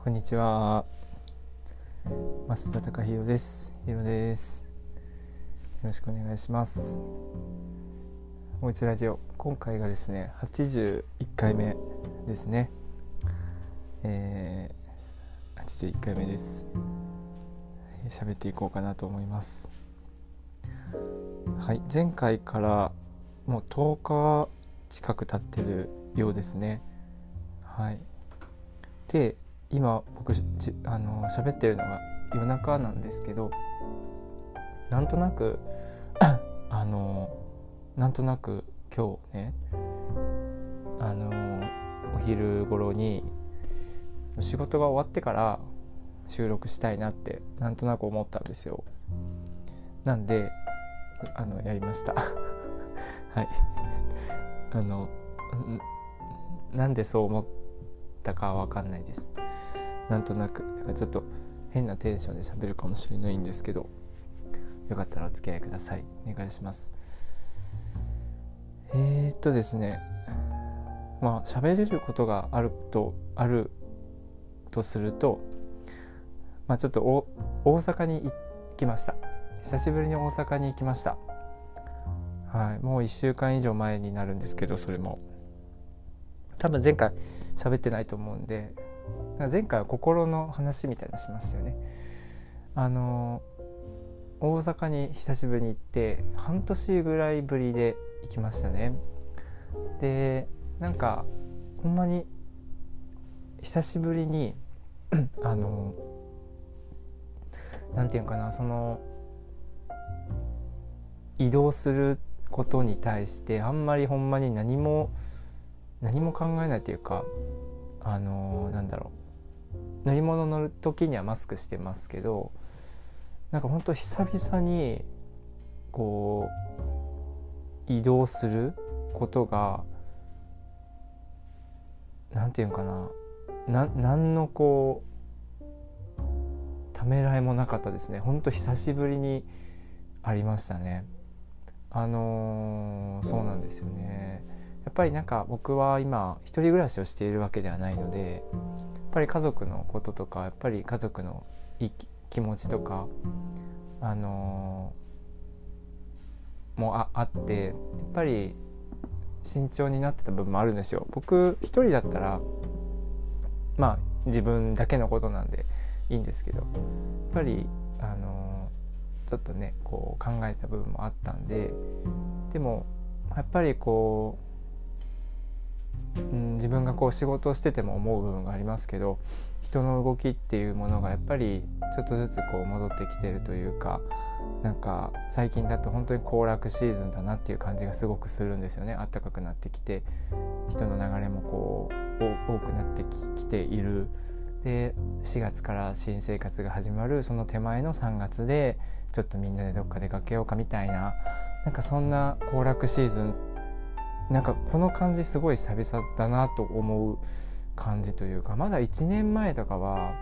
こんにちは。増田貴弘です。ひろです。よろしくお願いします。もう一ラジオ、今回がですね81回目ですね。81回目です。喋っていこうかなと思います。はい、前回からもう10日近く経ってるようですね。はい。で、今僕喋ってるのが夜中なんですけど、なんとなく今日ね、お昼頃に仕事が終わってから収録したいなってなんとなく思ったんですよ。なんでやりましたはい。なんでそう思ったかは分かんないです。なんとなくちょっと変なテンションで喋るかもしれないんですけど、よかったらお付き合いください。お願いします。ですね、喋れることがあるとすると、ちょっと大阪に行きました。久しぶりに大阪に行きました。はい、もう1週間以上前になるんですけど、それも多分前回喋ってないと思うんで、前回は心の話みたいなのしましたよね。大阪に久しぶりに行って半年ぐらいぶりで行きましたね。で、なんかほんまに久しぶりになんていうのかな、その移動することに対してあんまりほんまに何も考えないというか、乗り物乗る時にはマスクしてますけど、なんか本当久々にこう移動することがなんていうのかな、なんのこうためらいもなかったですね。本当久しぶりにありましたね。そうなんですよね。やっぱりなんか僕は今一人暮らしをしているわけではないので、やっぱり家族のこととか、やっぱり家族の気持ちとかもあって、やっぱり慎重になってた部分もあるんですよ。僕一人だったら自分だけのことなんでいいんですけど、やっぱりちょっとねこう考えた部分もあったんで、でもやっぱりこう自分がこう仕事をしてても思う部分がありますけど、人の動きっていうものがやっぱりちょっとずつこう戻ってきてるというか、なんか最近だと本当に行楽シーズンだなっていう感じがすごくするんですよね。暖かくなってきて、人の流れもこう多くなってきている。で、4月から新生活が始まるその手前の3月でちょっとみんなでどっか出かけようかみたいな、なんかそんな行楽シーズン、なんかこの感じすごい久々だなと思う感じというか、まだ1年前とかは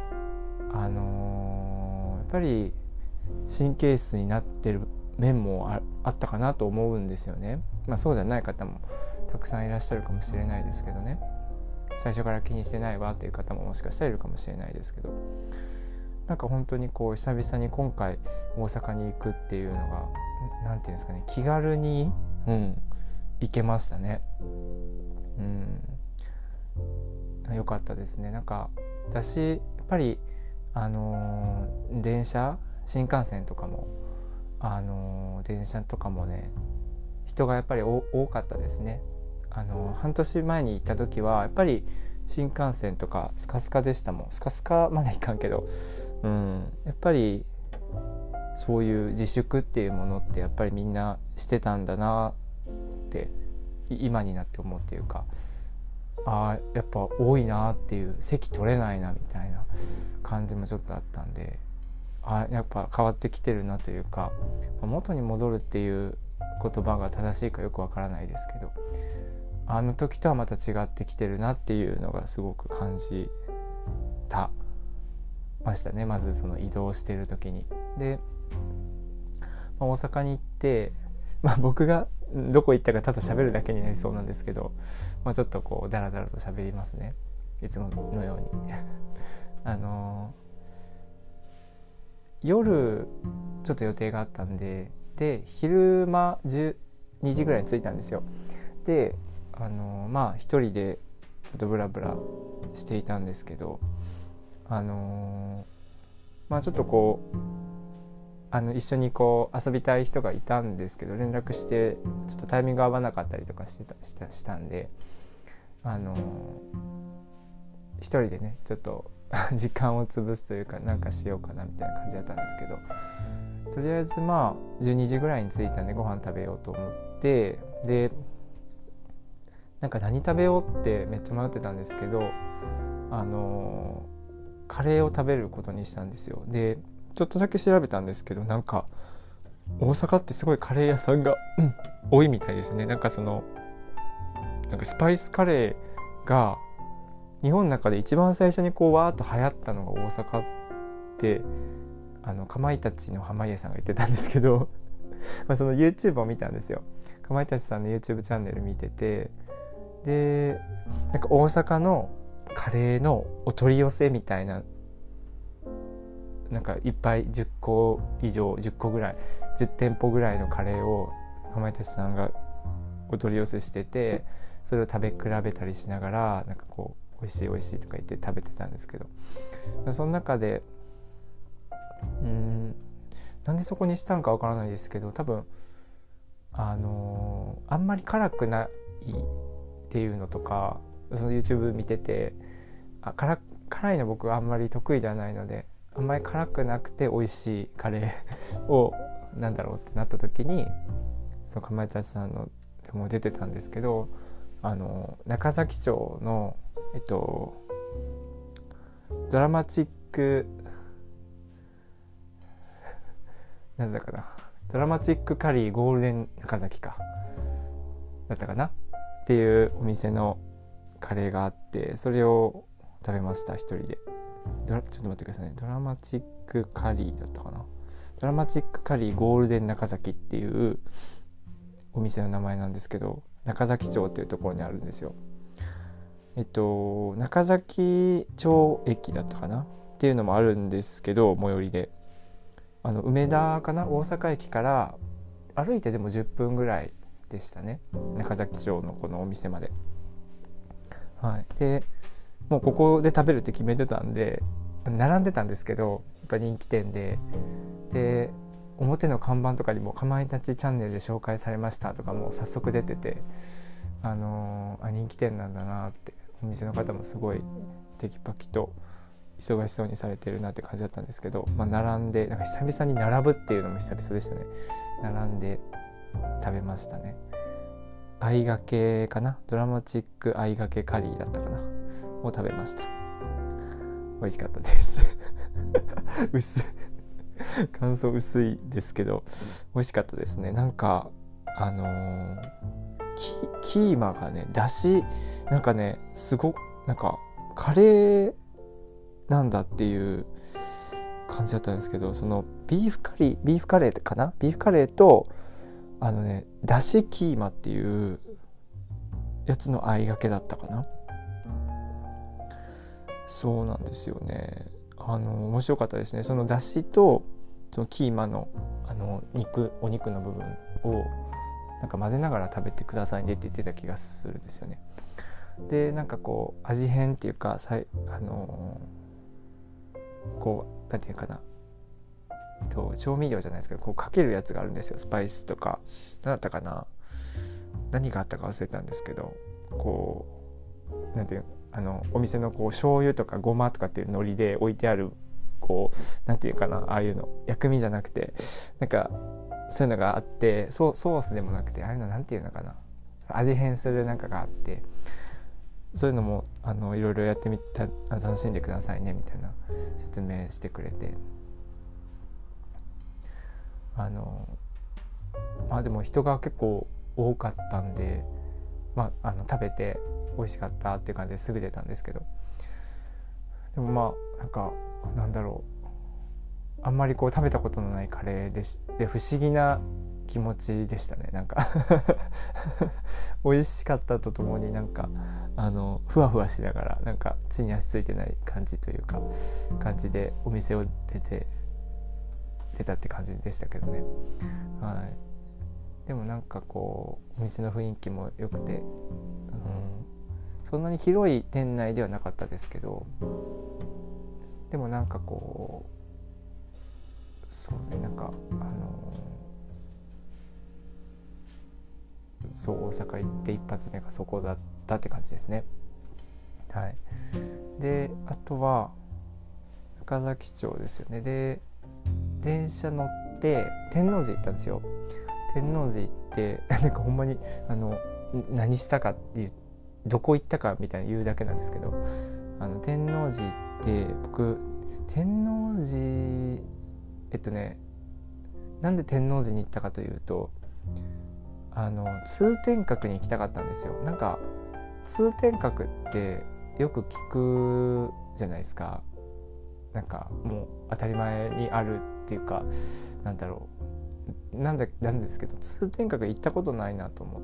やっぱり神経質になってる面もあったかなと思うんですよね。そうじゃない方もたくさんいらっしゃるかもしれないですけどね。最初から気にしてないわっていう方ももしかしたらいるかもしれないですけど、なんか本当にこう久々に今回大阪に行くっていうのが、なんていうんですかね、気軽に行けましたね。良かったですね。なんか私やっぱり電車、新幹線とかも電車とかもね、人がやっぱり多かったですね。半年前に行った時はやっぱり新幹線とかスカスカでしたもん。スカスカまだいかんけど、やっぱりそういう自粛っていうものってやっぱりみんなしてたんだなって今になって思うっていうか、やっぱ多いなっていう、席取れないなみたいな感じもちょっとあったんで、やっぱ変わってきてるなというか、元に戻るっていう言葉が正しいかよくわからないですけど、あの時とはまた違ってきてるなっていうのがすごく感じましたね。まずその移動してる時に。で、大阪に行って、僕がどこ行ったかただ喋るだけになりそうなんですけど、ちょっとこうダラダラと喋りますね。 いつものように夜ちょっと予定があったんで、昼間12時ぐらいに着いたんですよ。で一人でちょっとブラブラしていたんですけど、ちょっとこう一緒にこう遊びたい人がいたんですけど、連絡してちょっとタイミング合わなかったりとかしたんで、一人でねちょっと時間を潰すというか、なんかしようかなみたいな感じだったんですけど、とりあえず12時ぐらいに着いたんでご飯食べようと思って、でなんか何食べようってめっちゃ迷ってたんですけど、カレーを食べることにしたんですよ。でちょっとだけ調べたんですけど、なんか大阪ってすごいカレー屋さんが多いみたいですね。なんかスパイスカレーが日本の中で一番最初にこうわーっと流行ったのが大阪ってかまいたちの濱家さんが言ってたんですけどその YouTube を見たんですよ。かまいたちさんの YouTube チャンネル見てて、でなんか大阪のカレーのお取り寄せみたいな、なんかいっぱい10個ぐらい10店舗ぐらいのカレーをかまいたちさんがお取り寄せしてて、それを食べ比べたりしながらなんかこう美味しい美味しいとか言って食べてたんですけど、その中でなんでそこにしたんかわからないですけど、多分あんまり辛くないっていうのとか、その YouTube 見てて辛いの僕はあんまり得意ではないので、あんまり辛くなくて美味しいカレーをなんだろうってなった時に、そのかまいたちさんのでも出てたんですけど、中崎町のドラマチックなんだかな、ドラマチックカリーゴールデン中崎かだったかなっていうお店のカレーがあって、それを食べました、一人で。ちょっと待ってくださいね。ドラマチックカリーだったかな。ドラマチックカリーゴールデン中崎っていうお店の名前なんですけど、中崎町っていうところにあるんですよ。中崎町駅だったかなっていうのもあるんですけど、最寄りで梅田かな、大阪駅から歩いてでも10分ぐらいでしたね、中崎町のこのお店まで。はい、でもうここで食べるって決めてたんで並んでたんですけど、やっぱ人気店で表の看板とかにもかまいたちチャンネルで紹介されましたとかも早速出てて、人気店なんだなって、お店の方もすごいテキパキと忙しそうにされてるなって感じだったんですけど、並んでなんか久々に並ぶっていうのも久々でしたね。並んで食べましたね。あいがけかな、ドラマチックあいがけカリーだったかなを食べました。美味しかったです感想薄いですけど美味しかったですね。なんかキーマがね、だしなんかね、すごなんかカレーなんだっていう感じだったんですけど、そのビーフカレーかな、ビーフカレーとだしキーマっていうやつのあいがけだったかな。そうなんですよね。面白かったですね。そのだしとそのキーマのお肉の部分をなんか混ぜながら食べてくださいねって言ってた気がするんですよね。でなんかこう味変っていうかこうなんていうかな、調味料じゃないですけど、こうかけるやつがあるんですよ。スパイスとか何だったかな、何があったか忘れたんですけど、こうなんていうお店のこう醤油とかごまとかっていう海苔で置いてある、こうなんていうかな、ああいうの薬味じゃなくてなんかそういうのがあって、ソースでもなくて、ああいうのなんていうのかな、味変するなんかがあって、そういうのもいろいろやってみた、楽しんでくださいねみたいな説明してくれて、でも人が結構多かったんで、食べて美味しかったっていう感じですぐ出たんですけど、でもなんかなんだろう、あんまりこう食べたことのないカレーで不思議な気持ちでしたね。なんか美味しかったとともになんかふわふわしながらなんか地に足ついてない感じというか感じでお店を出たって感じでしたけどね。はい。でもなんかこうお店の雰囲気も良くて、そんなに広い店内ではなかったですけど、でもなんかこうそうね、なんかそう大阪行って一発目がそこだったって感じですね。はい。であとは中崎町ですよね。で電車乗って天王寺行ったんですよ。天王寺行ってなんかほんまに何したかっていうどこ行ったかみたいな言うだけなんですけど、天王寺行って僕天王寺なんで天王寺に行ったかというと通天閣に行きたかったんですよ。なんか通天閣ってよく聞くじゃないですか。なんかもう当たり前にあるっていうかなんですけど、通天閣行ったことないなと思って、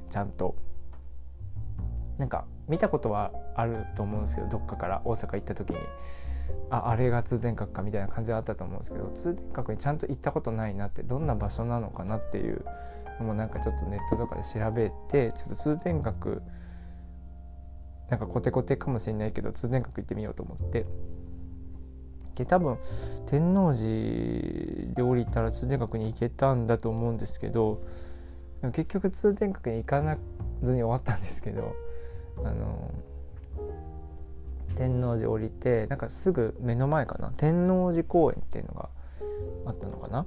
ちゃんとなんか見たことはあると思うんですけど、どっかから大阪行った時にあれが通天閣かみたいな感じはあったと思うんですけど、通天閣にちゃんと行ったことないなって、どんな場所なのかなっていうのもなんかちょっとネットとかで調べて、ちょっと通天閣なんかコテコテかもしれないけど通天閣行ってみようと思って、で多分天王寺で降りたら通天閣に行けたんだと思うんですけど、結局通天閣に行かなずに終わったんですけど、天王寺降りてなんかすぐ目の前かな、天王寺公園っていうのがあったのかな。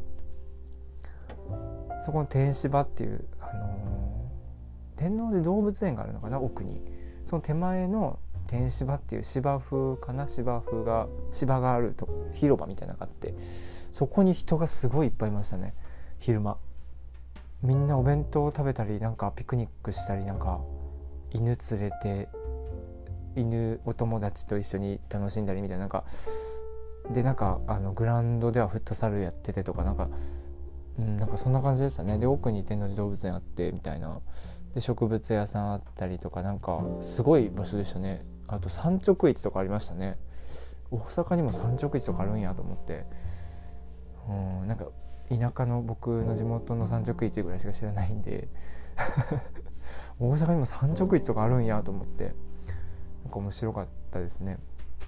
そこの天芝っていう、天王寺動物園があるのかな、奥に。その手前の天芝っていう芝生があると広場みたいなのがあって、そこに人がすごいいっぱいいましたね。昼間みんなお弁当を食べたり、なんかピクニックしたり、なんか犬連れてお友達と一緒に楽しんだりみたいな、なんかでなんかグラウンドではフットサルやっててとか、なんかそんな感じでしたね。で奥に天王寺動物園あってみたいな、で植物屋さんあったりとか、なんかすごい場所でしたね。あと産直市とかありましたね。大阪にも産直市とかあるんやと思って、なんか田舎の僕の地元の産直市ぐらいしか知らないんで大阪にも産直市とかあるんやと思って、なんか面白かったですね。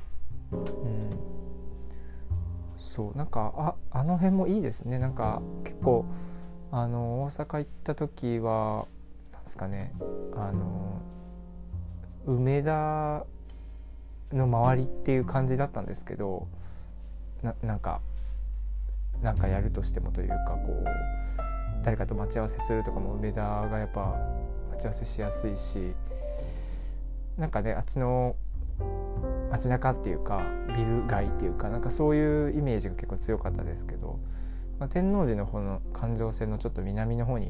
そうなんかあの辺もいいですね。なんか結構大阪行った時はなんですかね、梅田の周りっていう感じだったんですけど、なんかやるとしてもというか、こう誰かと待ち合わせするとかも梅田がやっぱ待ち合わせしやすいし、なんかねあっちの街中っていうかビル街っていうか、なんかそういうイメージが結構強かったですけど、天王寺の方の環状線のちょっと南の方に行って、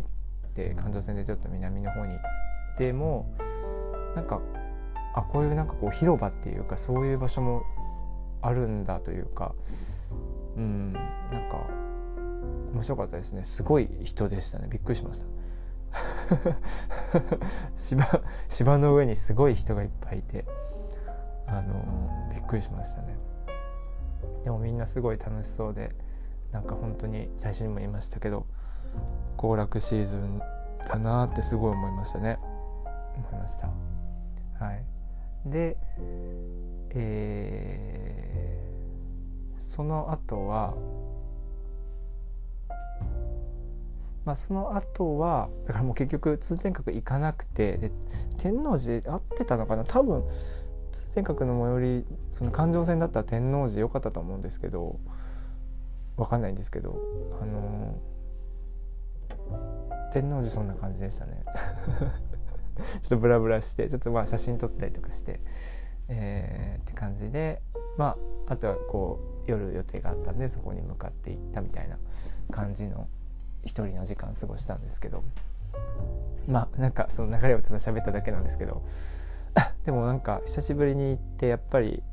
環状線でちょっと南の方に行ってもなんかこういうなんかこう広場っていうかそういう場所もあるんだというか、なんか面白かったですね。すごい人でしたね。びっくりしました芝の上にすごい人がいっぱいいて、びっくりしましたね。でもみんなすごい楽しそうで、なんか本当に最初にも言いましたけど行楽シーズンだなってすごい思いましたね。思いました。はい。で、その後はだからもう結局通天閣行かなくて、で天王寺合ってたのかな、多分通天閣の最寄りその環状線だったら天王寺良かったと思うんですけど、分かんないんですけど、天王寺そんな感じでしたねちょっとブラブラして、ちょっと写真撮ったりとかして、って感じで、あとはこう夜予定があったんでそこに向かって行ったみたいな感じの一人の時間過ごしたんですけど、なんかその流れをただ喋っただけなんですけどでもなんか久しぶりに行ってやっぱり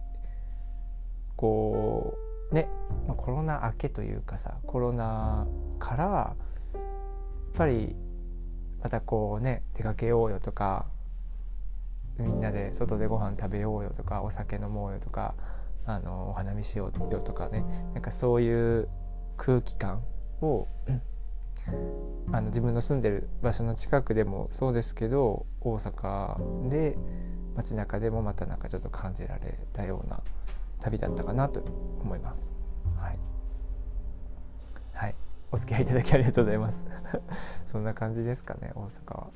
こうね、コロナ明けというかさ、コロナからやっぱりまたこうね出かけようよとか、みんなで外でご飯食べようよとか、お酒飲もうよとか、お花見しようよとかね、なんかそういう空気感を自分の住んでる場所の近くでもそうですけど、大阪で街中でもまたなんかちょっと感じられたような旅だったかなと思います。はい、はい、お付き合いいただきありがとうございますそんな感じですかね、大阪は。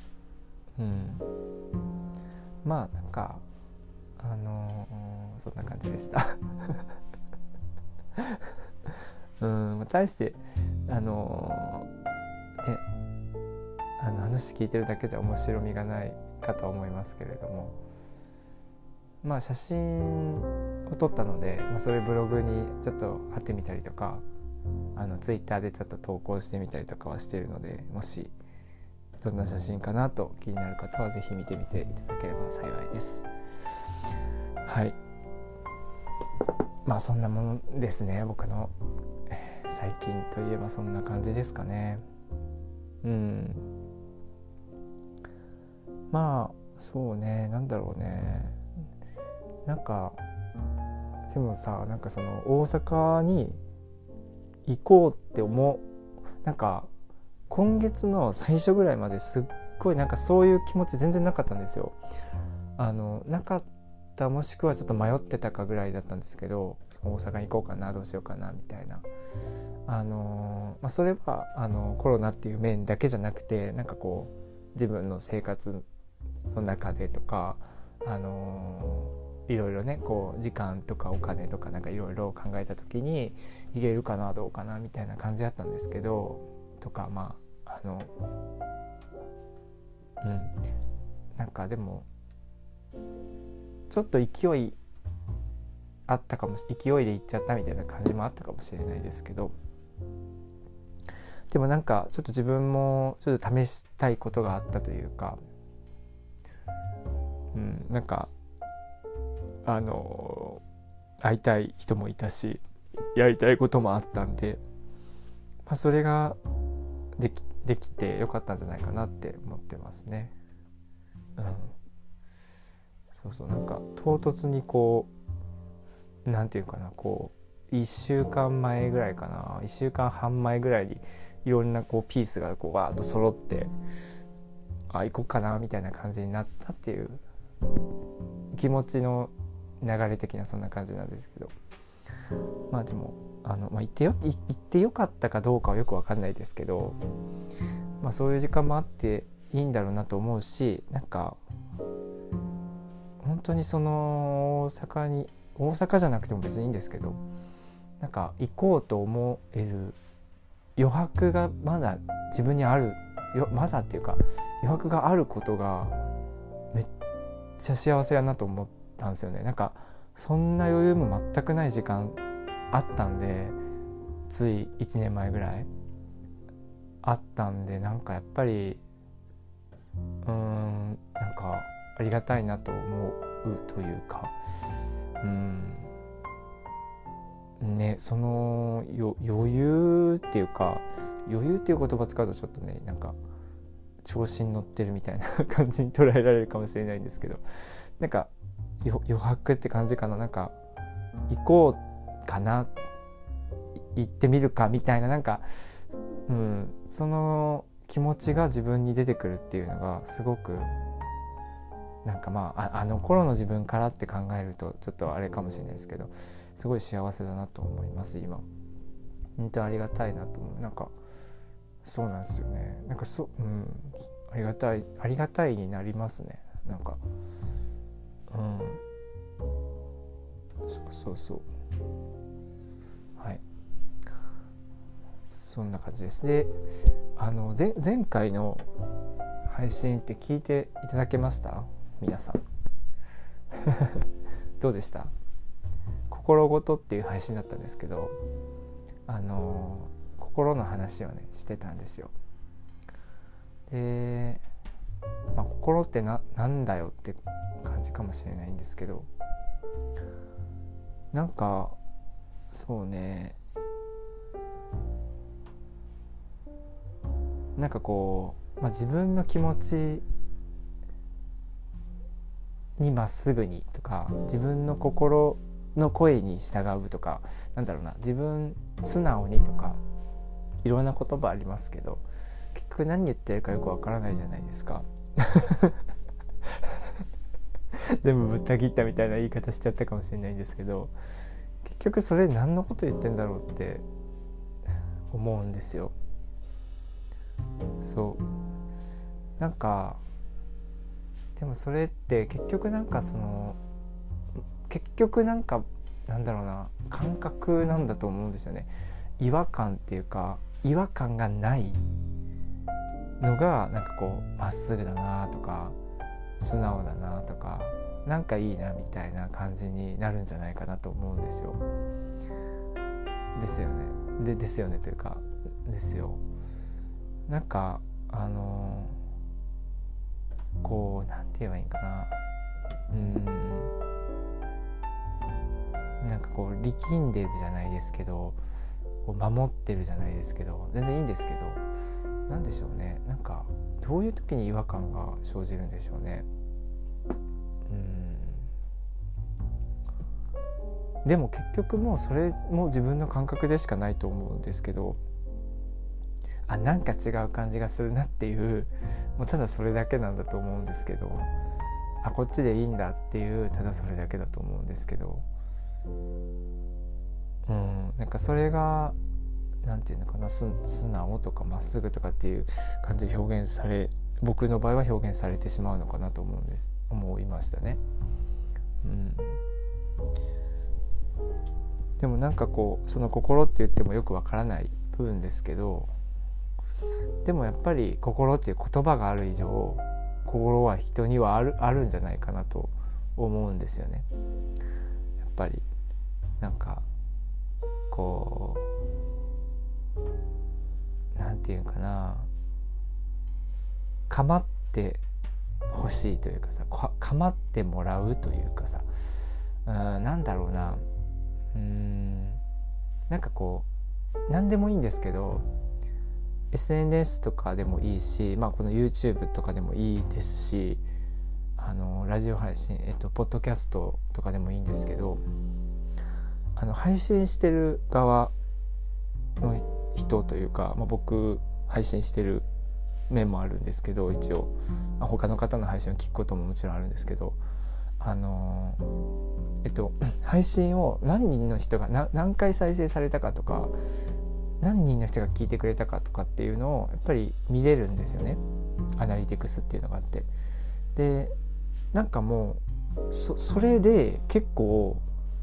まあなんかそんな感じでした大して話聞いてるだけじゃ面白みがないかと思いますけれども、まあ写真を撮ったので、それブログにちょっと貼ってみたりとか、ツイッターでちょっと投稿してみたりとかはしているので、もしどんな写真かなと気になる方はぜひ見てみていただければ幸いです。はい、まあそんなものですね、僕の、最近といえばそんな感じですかね。まあそうね、なんだろうね、なんかでもさ、なんかその大阪に行こうってなんか今月の最初ぐらいまですっごいなんかそういう気持ち全然なかったんですよ。なかった、もしくはちょっと迷ってたかぐらいだったんですけど、大阪に行こうかな、どうしようかなみたいな、それはコロナっていう面だけじゃなくて、なんかこう自分の生活の中でとか、いろいろね、こう時間とかお金とかなんかいろいろ考えた時に行けるかなどうかなみたいな感じだったんですけど、とかなんかでもちょっと勢いあったかも、勢いで行っちゃったみたいな感じもあったかもしれないですけど、でもなんかちょっと自分もちょっと試したいことがあったというか、なんか会いたい人もいたし、やりたいこともあったんで、それができてよかったんじゃないかなって思ってますね。そうなんか唐突にこうなんていうかな、こう1週間前ぐらいかな、1週間半前ぐらいにいろんなこうピースがこうわーっと揃って、行こうかなみたいな感じになったっていう気持ちの流れ的なそんな感じなんですけど、でも行ってよかったかどうかはよく分かんないですけど、そういう時間もあっていいんだろうなと思うし、なんか本当にその大阪じゃなくても別にいいんですけど、なんか行こうと思える余白がまだ自分にあるまだっていうか余白があることがめっちゃ幸せやなと思ったんですよね。なんかそんな余裕も全くない時間あったんで、つい1年前ぐらいあったんで、なんかやっぱりなんかありがたいなと思うというか、ね、その余裕っていうか、余裕っていう言葉使うとちょっとね、なんか調子に乗ってるみたいな感じに捉えられるかもしれないんですけど、なんか余白って感じかな。なんか行こうかな、行ってみるかみたいな、なんかその気持ちが自分に出てくるっていうのがすごくなんかあの頃の自分からって考えるとちょっとあれかもしれないですけど、すごい幸せだなと思います。今本当にありがたいなと思う。なんかそうなんですよね。なんかありがたいになりますね。なんかそうはい、そんな感じです。で前回の配信って聞いていただけました？皆さんどうでした？心ごとっていう配信だったんですけど、心の話をねしてたんですよ。で、心ってなんだよって感じかもしれないんですけど、なんかそうね、なんかこう自分の気持ちにまっすぐにとか、自分の心の声に従うとか、自分素直にとか、いろんな言葉ありますけど、結局何言ってるかよくわからないじゃないですか全部ぶった切ったみたいな言い方しちゃったかもしれないんですけど、結局それ何のこと言ってんだろうって思うんですよ。そうでもそれって結局感覚なんだと思うんですよね。違和感っていうか、違和感がないのがまっすぐだなとか素直だなとかいいなみたいな感じになるんじゃないかなと思うんですよ。ですよね。ですよねというかですよ。なんて言えばいいんかな。力んでるじゃないですけど、守ってるじゃないですけど、全然いいんですけど、なんでしょうね。どういう時に違和感が生じるんでしょうね。でも結局もうそれも自分の感覚でしかないと思うんですけど、違う感じがするなっていう、もうただそれだけなんだと思うんですけど、こっちでいいんだっていう、ただそれだけだと思うんですけど、それがなんていうのかな、素直とかまっすぐとかっていう感じで僕の場合は表現されてしまうのかなと思いましたね。でもその心って言ってもよくわからない部分ですけど、でもやっぱり心っていう言葉がある以上、心は人にはあるんじゃないかなと思うんですよね。やっぱりなんていうかな、構ってほしいというかさ、構ってもらうというかさ、何でもいいんですけど、 SNS とかでもいいし、この YouTube とかでもいいですし、ラジオ配信、ポッドキャストとかでもいいんですけど、配信してる側の人というか、僕配信してる面もあるんですけど、一応他の方の配信を聞くことももちろんあるんですけど、配信を何人の人が何回再生されたかとか、何人の人が聞いてくれたかとかっていうのをやっぱり見れるんですよね。アナリティクスっていうのがあって、でもうそれで結構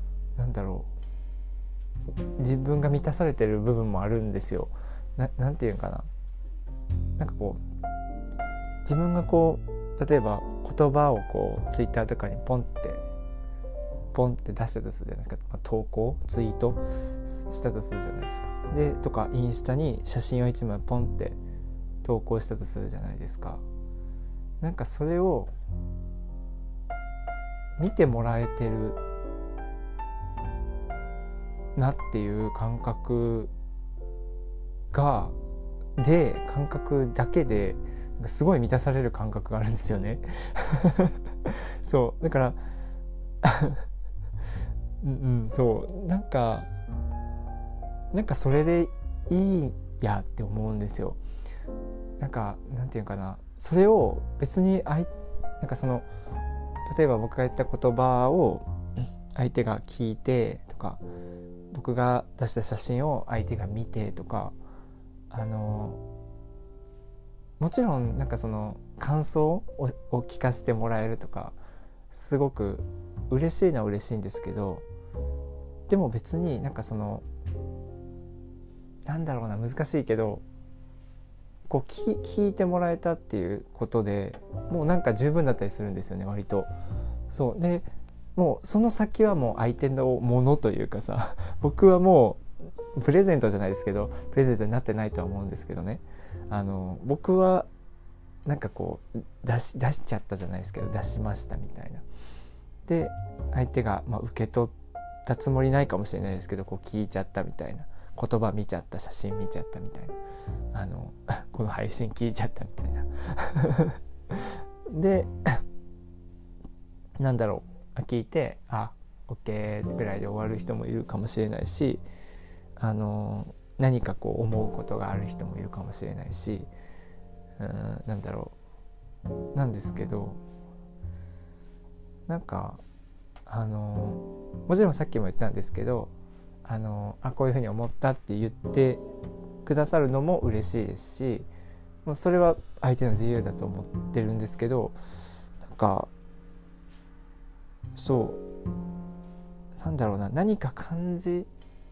自分が満たされてる部分もあるんですよ。なんていうかな、自分が例えば言葉をツイッターとかにポンって出したとするじゃないですか。投稿ツイートしたとするじゃないですか。でとかインスタに写真を1枚ポンって投稿したとするじゃないですか。それを見てもらえてるなっていう感覚だけですごい満たされる感覚があるんですよねそうだからそうそれでいいやって思うんですよ。なんていうかな、それを別に例えば僕が言った言葉を相手が聞いてとか、僕が出した写真を相手が見てとか、もちろんその感想を聞かせてもらえるとかすごく嬉しいのは嬉しいんですけど、でも別に難しいけど聞いてもらえたっていうことでもう十分だったりするんですよね、割と。そうでもうその先はもう相手のものというかさ、僕はもうプレゼントじゃないですけどプレゼントになってないとは思うんですけどね、僕は出しちゃったじゃないですけど、出しましたみたいな。で相手が受け取ったつもりないかもしれないですけど聞いちゃったみたいな言葉見ちゃった、写真見ちゃったみたいな、この配信聞いちゃったみたいなでなんだろう、聞いてOK ぐらいで終わる人もいるかもしれないし、何かこう思うことがある人もいるかもしれないし、なんだろう、なんですけど、なんかもちろんさっきも言ったんですけど、こういうふうに思ったって言ってくださるのも嬉しいですし、もうそれは相手の自由だと思ってるんですけど、なんかそうなんだろうな、何か感じ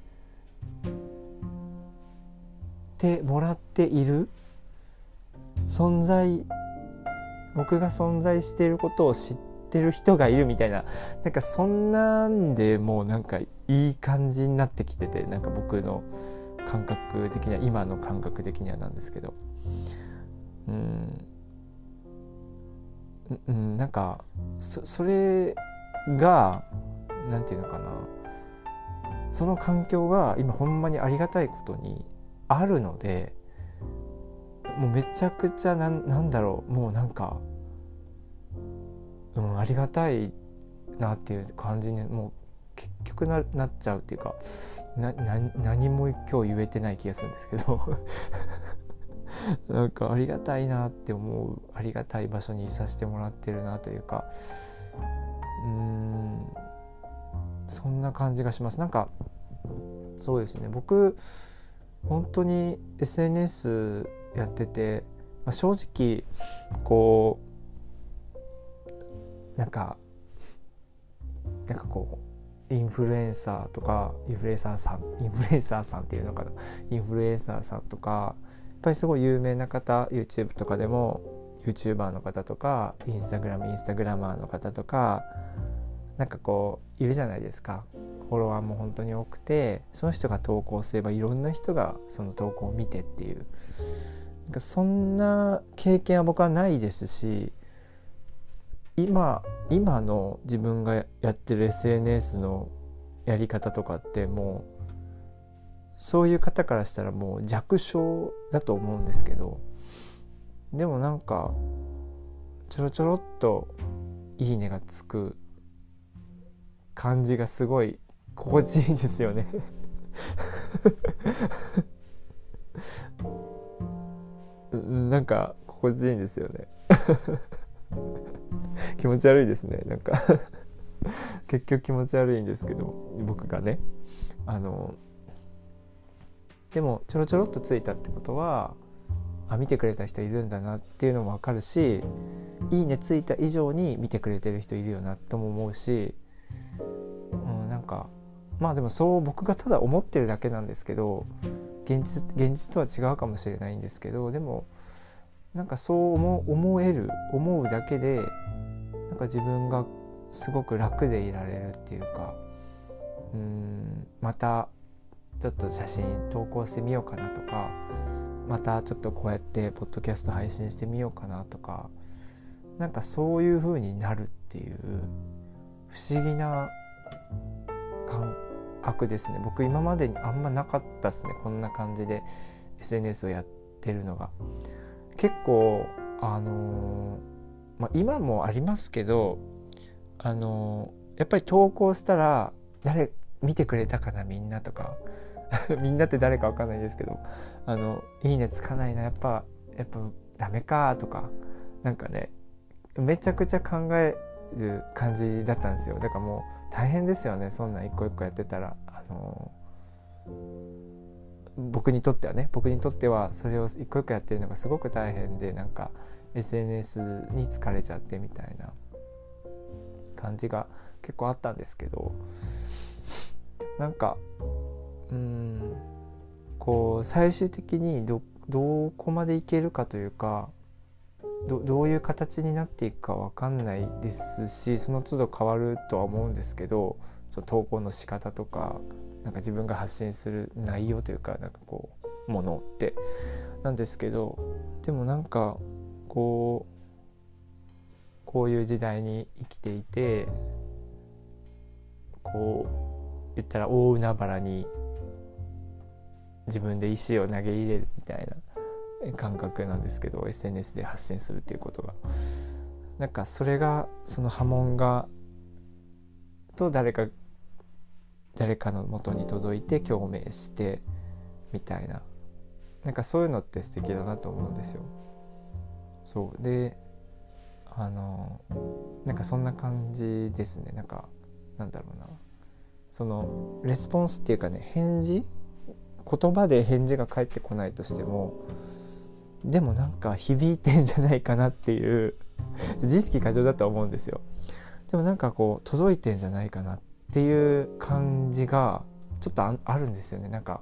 てもらっている存在、僕が存在していることを知ってる人がいるみたいな、なんかそんなんでもうなんかいい感じになってきてて、なんか僕の感覚的には、今の感覚的にはなんですけど、なんかそれがなんていうのかな、その環境が今ほんまにありがたいことにあるので、もうめちゃくちゃなんだろう、もうなんか、ありがたいなっていう感じにもう結局 なっちゃうっていうか、何も今日言えてない気がするんですけどなんかありがたいなって思う、ありがたい場所にいさせてもらってるなというか、そんな感じがします。なんかそうですね、僕本当に SNS やってて、正直こうなんかこうインフルエンサーとかインフルエンサーさんっていうのかな、インフルエンサーさんとか、やっぱりすごい有名な方、 YouTube とかでも YouTuber の方とかインスタグラマーの方とか、なんかこういるじゃないですか。フォロワーも本当に多くて、その人が投稿すればいろんな人がその投稿を見てっていう、なんかそんな経験は僕はないですし、今の自分がやってる SNS のやり方とかってもうそういう方からしたらもう弱小だと思うんですけど、でもなんかちょろっといいねがつく感じがすごい心地いいですよねなんか心地いいんですよね気持ち悪いですね、なんか結局気持ち悪いんですけど、僕がね、でもちょろっとついたってことは、見てくれた人いるんだなっていうのも分かるし、いいねついた以上に見てくれてる人いるよなとも思うし、なんかでもそう僕がただ思ってるだけなんですけど、現実とは違うかもしれないんですけど、でもなんかそう思うだけで、なんか自分がすごく楽でいられるっていうか、またちょっと写真投稿してみようかなとか、またちょっとこうやってポッドキャスト配信してみようかなとか、なんかそういう風になるっていう不思議な感覚ですね。僕今までにあんまなかったですね、こんな感じで SNS をやってるのが。結構今もありますけど、やっぱり投稿したら誰見てくれたかなみんなとかみんなって誰か分かんないですけど、いいねつかないな、やっぱダメかとか、なんかね、めちゃくちゃ考える感じだったんですよ。だからもう大変ですよね、そんなん一個一個やってたら。僕にとってはそれを一個一個やってるのがすごく大変で、なんか SNS に疲れちゃってみたいな感じが結構あったんですけど、なんかこう最終的にどこまでいけるかというか、どういう形になっていくか分かんないですし、その都度変わるとは思うんですけど、その投稿の仕方とか、なんか自分が発信する内容というか、なんかこうものってなんですけど、でもなんかこういう時代に生きていて、こう言ったら大海原に自分で石を投げ入れるみたいな感覚なんですけど、 SNS で発信するっていうことが、なんかそれがその波紋がと誰かの元に届いて共鳴してみたいな、なんかそういうのって素敵だなと思うんですよ。そうでなんかそんな感じですね。なんかなんだろうな、そのレスポンスっていうかね、返事、言葉で返事が返ってこないとしても、でもなんか響いてんじゃないかなっていう自意識過剰だと思うんですよ。でもなんかこう届いてんじゃないかなっていう感じがちょっと あるんですよね。なんか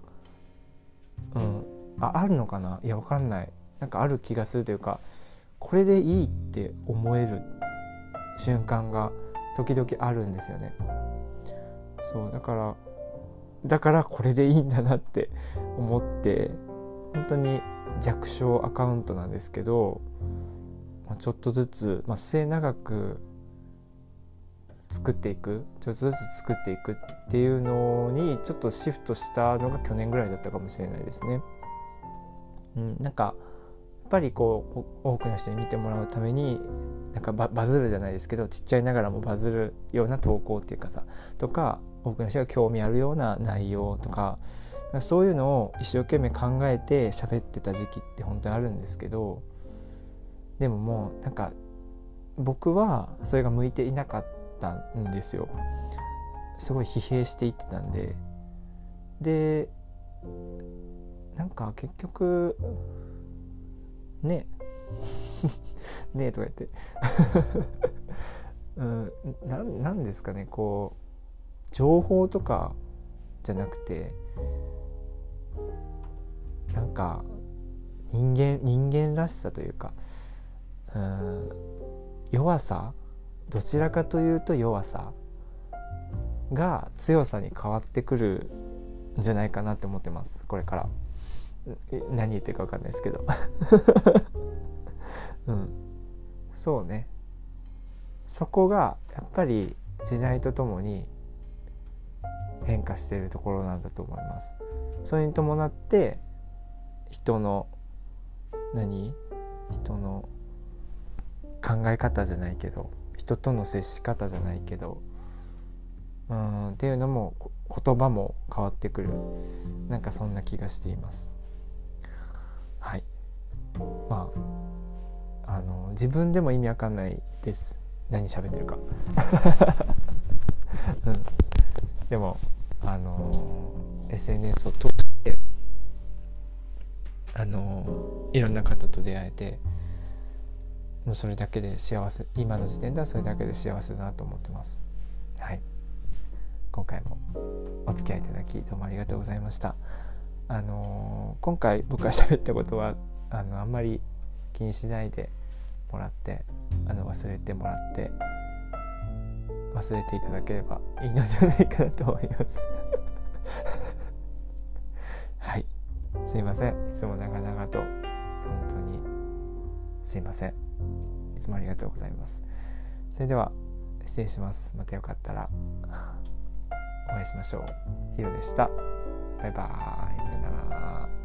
あるのかな、いやわかんない、なんかある気がするというか、これでいいって思える瞬間が時々あるんですよね。そうだからこれでいいんだなって思って、本当に弱小アカウントなんですけど、ちょっとずつ、末永くちょっとずつ作っていくっていうのにちょっとシフトしたのが去年ぐらいだったかもしれないですね。なんかやっぱりこう多くの人に見てもらうためになんかバズるじゃないですけど、ちっちゃいながらもバズるような投稿っていうかさとか、多くの人が興味あるような内容とか、そういうのを一生懸命考えて喋ってた時期って本当にあるんですけど、でももうなんか僕はそれが向いていなかったんですよ。すごい疲弊していってたんでなんか結局ねねえとか言ってなんですかね、こう情報とかじゃなくて、なんか人間らしさというか、弱さ、どちらかというと弱さが強さに変わってくるんじゃないかなって思ってます、これから。何言ってるか分かんないですけどそうね、そこがやっぱり時代とともに変化しているところなんだと思います。それに伴って人の考え方じゃないけど、人との接し方じゃないけど、っていうのも言葉も変わってくる、なんかそんな気がしています。はい。自分でも意味わかんないです、何喋ってるかでもSNS を通していろんな方と出会えて、もうそれだけで幸せ、今の時点ではそれだけで幸せだなと思ってます。はい、今回もお付き合いいただきどうもありがとうございました。今回僕が喋ったことはあんまり気にしないでもらって、忘れてもらって、忘れていただければいいのではないかなと思いますはい、すいません、いつも長々と本当にすいません。いつもありがとうございます。それでは失礼します。またよかったらお会いしましょう。ヒロでした。バイバーイ。さよなら。